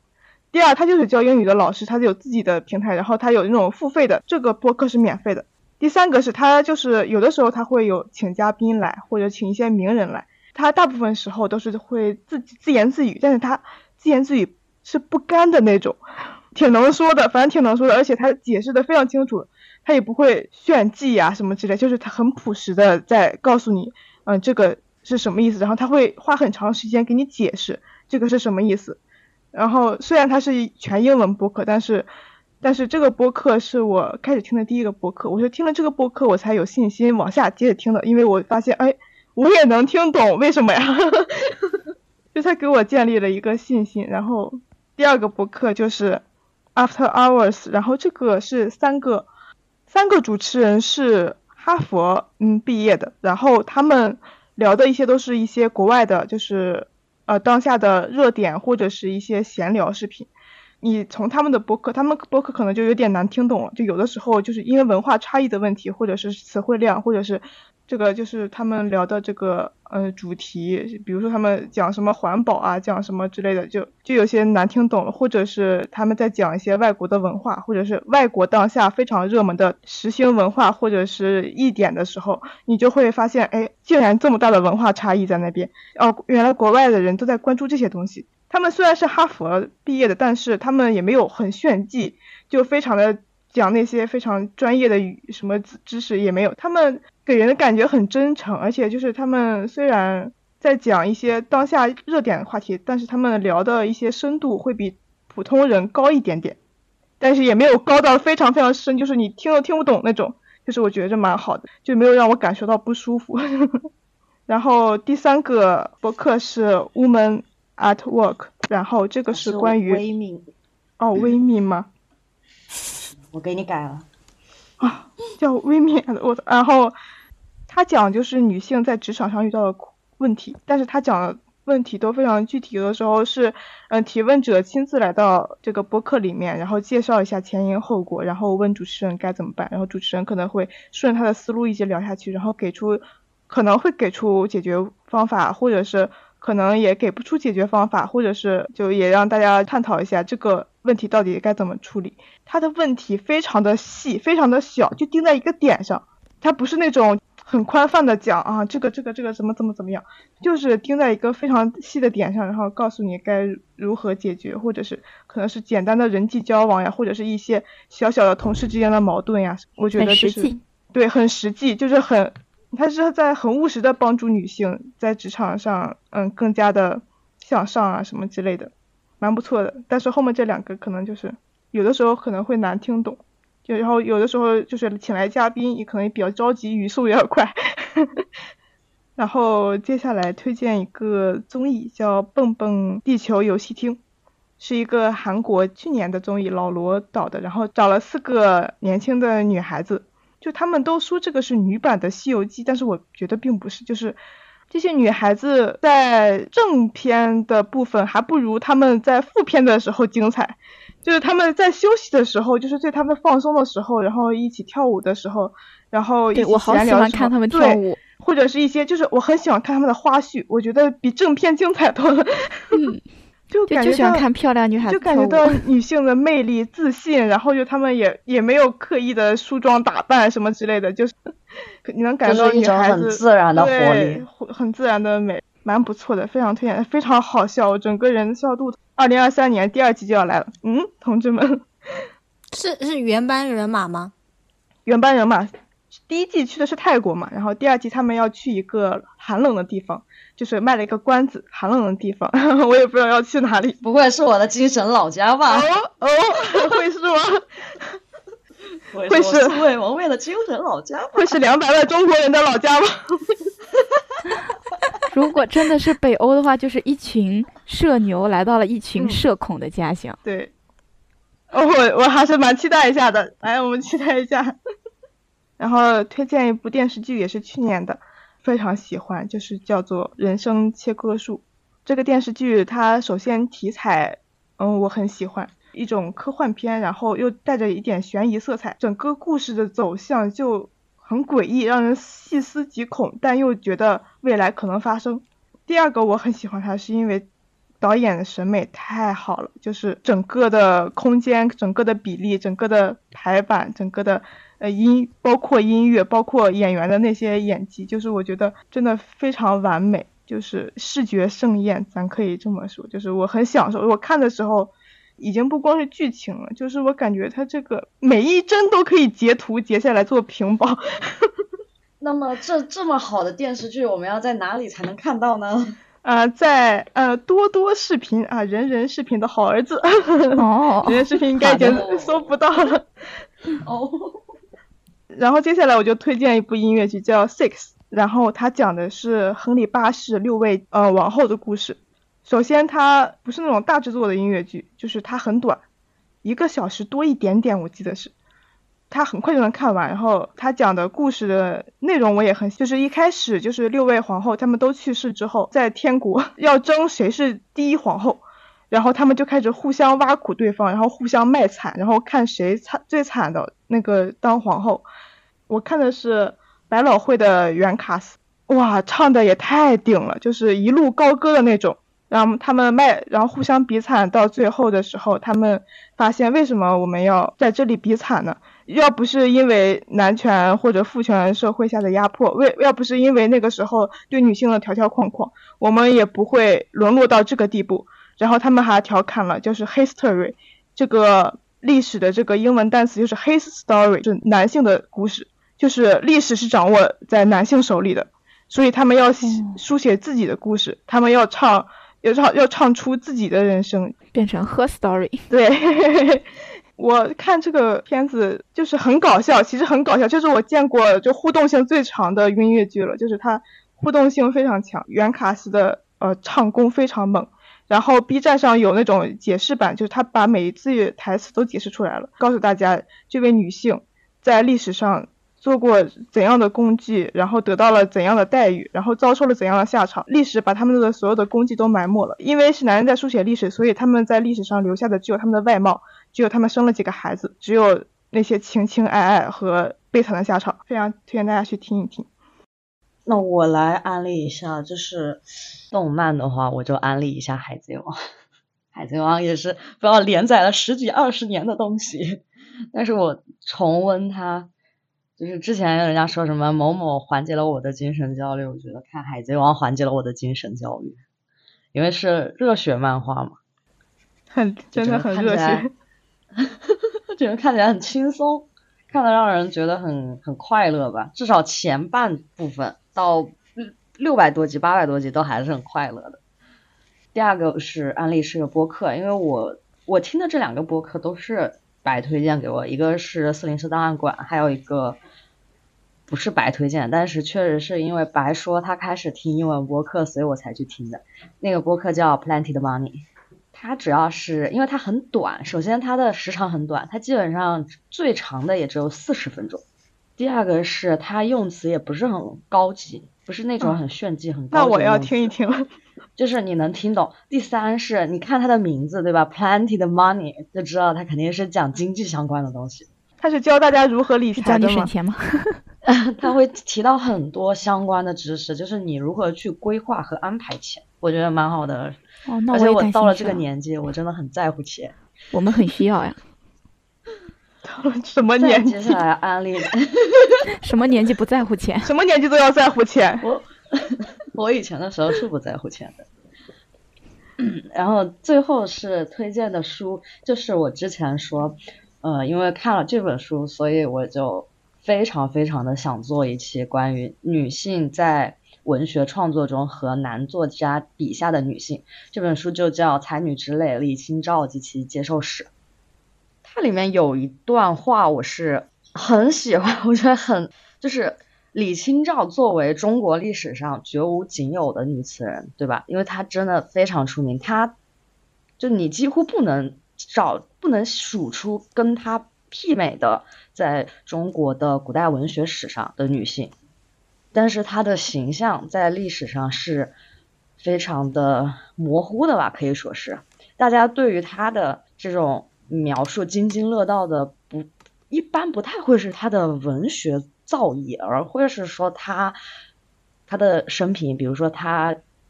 第二，他就是教英语的老师，他有自己的平台，然后他有那种付费的，这个播客是免费的。第三个是他就是有的时候他会有请嘉宾来，或者请一些名人来，他大部分时候都是会自言自语，但是他自言自语是不干的那种，挺能说的，反正挺能说的，而且他解释的非常清楚，他也不会炫技啊什么之类，就是他很朴实的在告诉你，这个是什么意思，然后他会花很长时间给你解释这个是什么意思。然后虽然它是全英文播客，但是这个播客是我开始听的第一个播客，我是听了这个播客我才有信心往下接着听的，因为我发现我也能听懂，为什么呀？就他给我建立了一个信心。然后第二个播客就是 After Hours， 然后这个是三个主持人是哈佛毕业的，然后他们聊的一些都是一些国外的，就是当下的热点或者是一些闲聊视频。你从他们播客可能就有点难听懂了，就有的时候就是因为文化差异的问题，或者是词汇量，或者是这个就是他们聊的这个主题，比如说他们讲什么环保啊，讲什么之类的，就有些难听懂了，或者是他们在讲一些外国的文化，或者是外国当下非常热门的时兴文化或者是异点的时候，你就会发现竟然这么大的文化差异在那边，原来国外的人都在关注这些东西。他们虽然是哈佛毕业的，但是他们也没有很炫技，就非常的讲那些非常专业的什么知识也没有，他们给人的感觉很真诚，而且就是他们虽然在讲一些当下热点的话题，但是他们聊的一些深度会比普通人高一点点，但是也没有高到非常非常深，就是你听都听不懂那种，就是我觉得蛮好的，就没有让我感受到不舒服。然后第三个播客是 Woman at Work， 然后这个是关于微命微命吗？ 我给你改了叫微命 at Work。 然后他讲就是女性在职场上遇到的问题，但是他讲的问题都非常具体，有的时候是提问者亲自来到这个播客里面，然后介绍一下前因后果，然后问主持人该怎么办，然后主持人可能会顺着他的思路一直聊下去，然后可能会给出解决方法，或者是可能也给不出解决方法，或者是就也让大家探讨一下这个问题到底该怎么处理。他的问题非常的细，非常的小，就盯在一个点上，他不是那种很宽泛的讲这个怎么样，就是盯在一个非常细的点上，然后告诉你该如何解决，或者是可能是简单的人际交往呀，或者是一些小小的同事之间的矛盾呀，我觉得就是对，很实际，就是他是在很务实的帮助女性在职场上更加的向上啊什么之类的，蛮不错的。但是后面这两个可能就是有的时候可能会难听懂，然后有的时候就是请来嘉宾也可能比较着急，语速有点快。然后接下来推荐一个综艺叫蹦蹦地球游戏厅，是一个韩国去年的综艺，老罗导的，然后找了4个年轻的女孩子，就他们都说这个是女版的西游记，但是我觉得并不是，就是这些女孩子在正片的部分还不如他们在副片的时候精彩，就是他们在休息的时候，就是对他们放松的时候，然后一起跳舞的时候，然后一起闲聊的时候， 对，我好喜欢看他们跳舞， 或者是一些就是我很喜欢看他们的花絮，我觉得比正片精彩多了。就喜欢看漂亮女孩子跳舞， 就感觉到女性的魅力、自信，然后就她们也没有刻意的梳妆打扮什么之类的，就是你能感觉到女孩子就是一种很自然的活力， 很自然的美，蛮不错的，非常推荐，非常好笑，整个人笑度。2023年第2季就要来了，同志们， 是原班人马吗？ 原班人马。第1季去的是泰国嘛，然后第2季他们要去一个寒冷的地方，就是卖了一个关子，寒冷的地方，我也不知道要去哪里。 不会是我的精神老家吧？ 会是吗？ 会是苏伟王位的精神老家吗？ 会是200万中国人的老家吗？ 如果真的是北欧的话，就是一群社牛来到了一群社恐的家乡。 对，我还是蛮期待一下的，来，我们期待一下。然后推荐一部电视剧，也是去年的，非常喜欢，就是叫做《人生切割术》。这个电视剧它首先题材我很喜欢，一种科幻片，然后又带着一点悬疑色彩，整个故事的走向就很诡异，让人细思极恐，但又觉得未来可能发生。第二个我很喜欢它，是因为导演的审美太好了，就是整个的空间、整个的比例、整个的排版、整个的包括音乐、包括演员的那些演技，就是我觉得真的非常完美，就是视觉盛宴，咱可以这么说。就是我很享受，我看的时候已经不光是剧情了，就是我感觉它这个每一帧都可以截图截下来做屏保。 那么这么好的电视剧，我们要在哪里才能看到呢？ 在多多视频啊，人视频的好儿子。 哦， 人视频应该已经搜不到了。 哦。 然后接下来我就推荐一部音乐剧叫《Six》，然后它讲的是亨利八世6位王后的故事。首先它不是那种大制作的音乐剧，就是它很短，1个小时多一点点，我记得是。他很快就能看完，然后他讲的故事的内容我也很，就是一开始就是6位皇后他们都去世之后，在天国要争谁是第一皇后，然后他们就开始互相挖苦对方，然后互相卖惨，然后看谁最惨的那个当皇后。我看的是百老汇的原卡司，哇，唱的也太顶了，就是一路高歌的那种。然后他们然后互相比惨，到最后的时候他们发现为什么我们要在这里比惨呢？要不是因为男权或者父权社会下的压迫，要不是因为那个时候对女性的条条框框，我们也不会沦落到这个地步。然后他们还调侃了，就是 history 这个历史的这个英文单词就是 his story， 就是男性的故事，就是历史是掌握在男性手里的，所以他们要书写自己的故事，他们要唱出自己的人生， 变成 her story。 对。我看这个片子就是很搞笑，其实很搞笑，就是我见过就互动性最长的音乐剧了，就是它互动性非常强，原卡司的唱功非常猛，然后 B 站上有那种解释版，就是他把每一句台词都解释出来了，告诉大家这位女性在历史上做过怎样的功绩，然后得到了怎样的待遇，然后遭受了怎样的下场，历史把他们的所有的功绩都埋没了。因为是男人在书写历史，所以他们在历史上留下的只有他们的外貌，只有他们生了几个孩子，只有那些情情爱爱和悲惨的下场。非常推荐大家去听一听。 那我来安利一下，就是动漫的话，我就安利一下海贼王。海贼王也是不知道连载了10几20年的东西，但是我重温它，就是之前人家说什么某某缓解了我的精神焦虑，我觉得看海贼王缓解了我的精神焦虑，因为是热血漫画嘛， 真的很热血。 觉得看起来很轻松，看得让人觉得很快乐吧，至少前半部分到600多集800多集都还是很快乐的。第二个是安利是个播客，因为我听的这2个播客都是白推荐给我，一个是404档案馆，还有一个不是白推荐，但是确实是因为白说他开始听英文播客，所以我才去听的。那个播客叫 Plenty the Money， 它主要是因为它很短，首先它的时长很短，它基本上最长的也只有40分钟。第二个是它用词也不是很高级，不是那种很炫技很高级的。 那我要听一听了， 就是你能听懂。第三是你看它的名字对吧 Plenty the Money 就知道它肯定是讲经济相关的东西。 它是教大家如何理财的吗？ 教你省钱吗？ 它会提到很多相关的知识，就是你如何去规划和安排钱，我觉得蛮好的。 那而且我到了这个年纪，我真的很在乎钱。 我们很需要呀。 什么年纪？ 接下来安利什么年纪不在乎钱？ 什么年纪都要在乎钱。 我以前的时候是不在乎钱的。然后最后是推荐的书，就是我之前说因为看了这本书，所以我就非常非常的想做一期关于女性在文学创作中和男作家笔下的女性。这本书就叫《才女之泪：李清照及其接受史》。它里面有一段话我是很喜欢，我觉得就是李清照作为中国历史上绝无仅有的女词人，对吧？因为她真的非常出名，她就你几乎不能数出跟她媲美的在中国的古代文学史上的女性，但是她的形象在历史上是非常的模糊的吧，可以说是大家对于她的这种描述津津乐道的一般不太会是她的文学造诣，而会是说她的生平，比如说她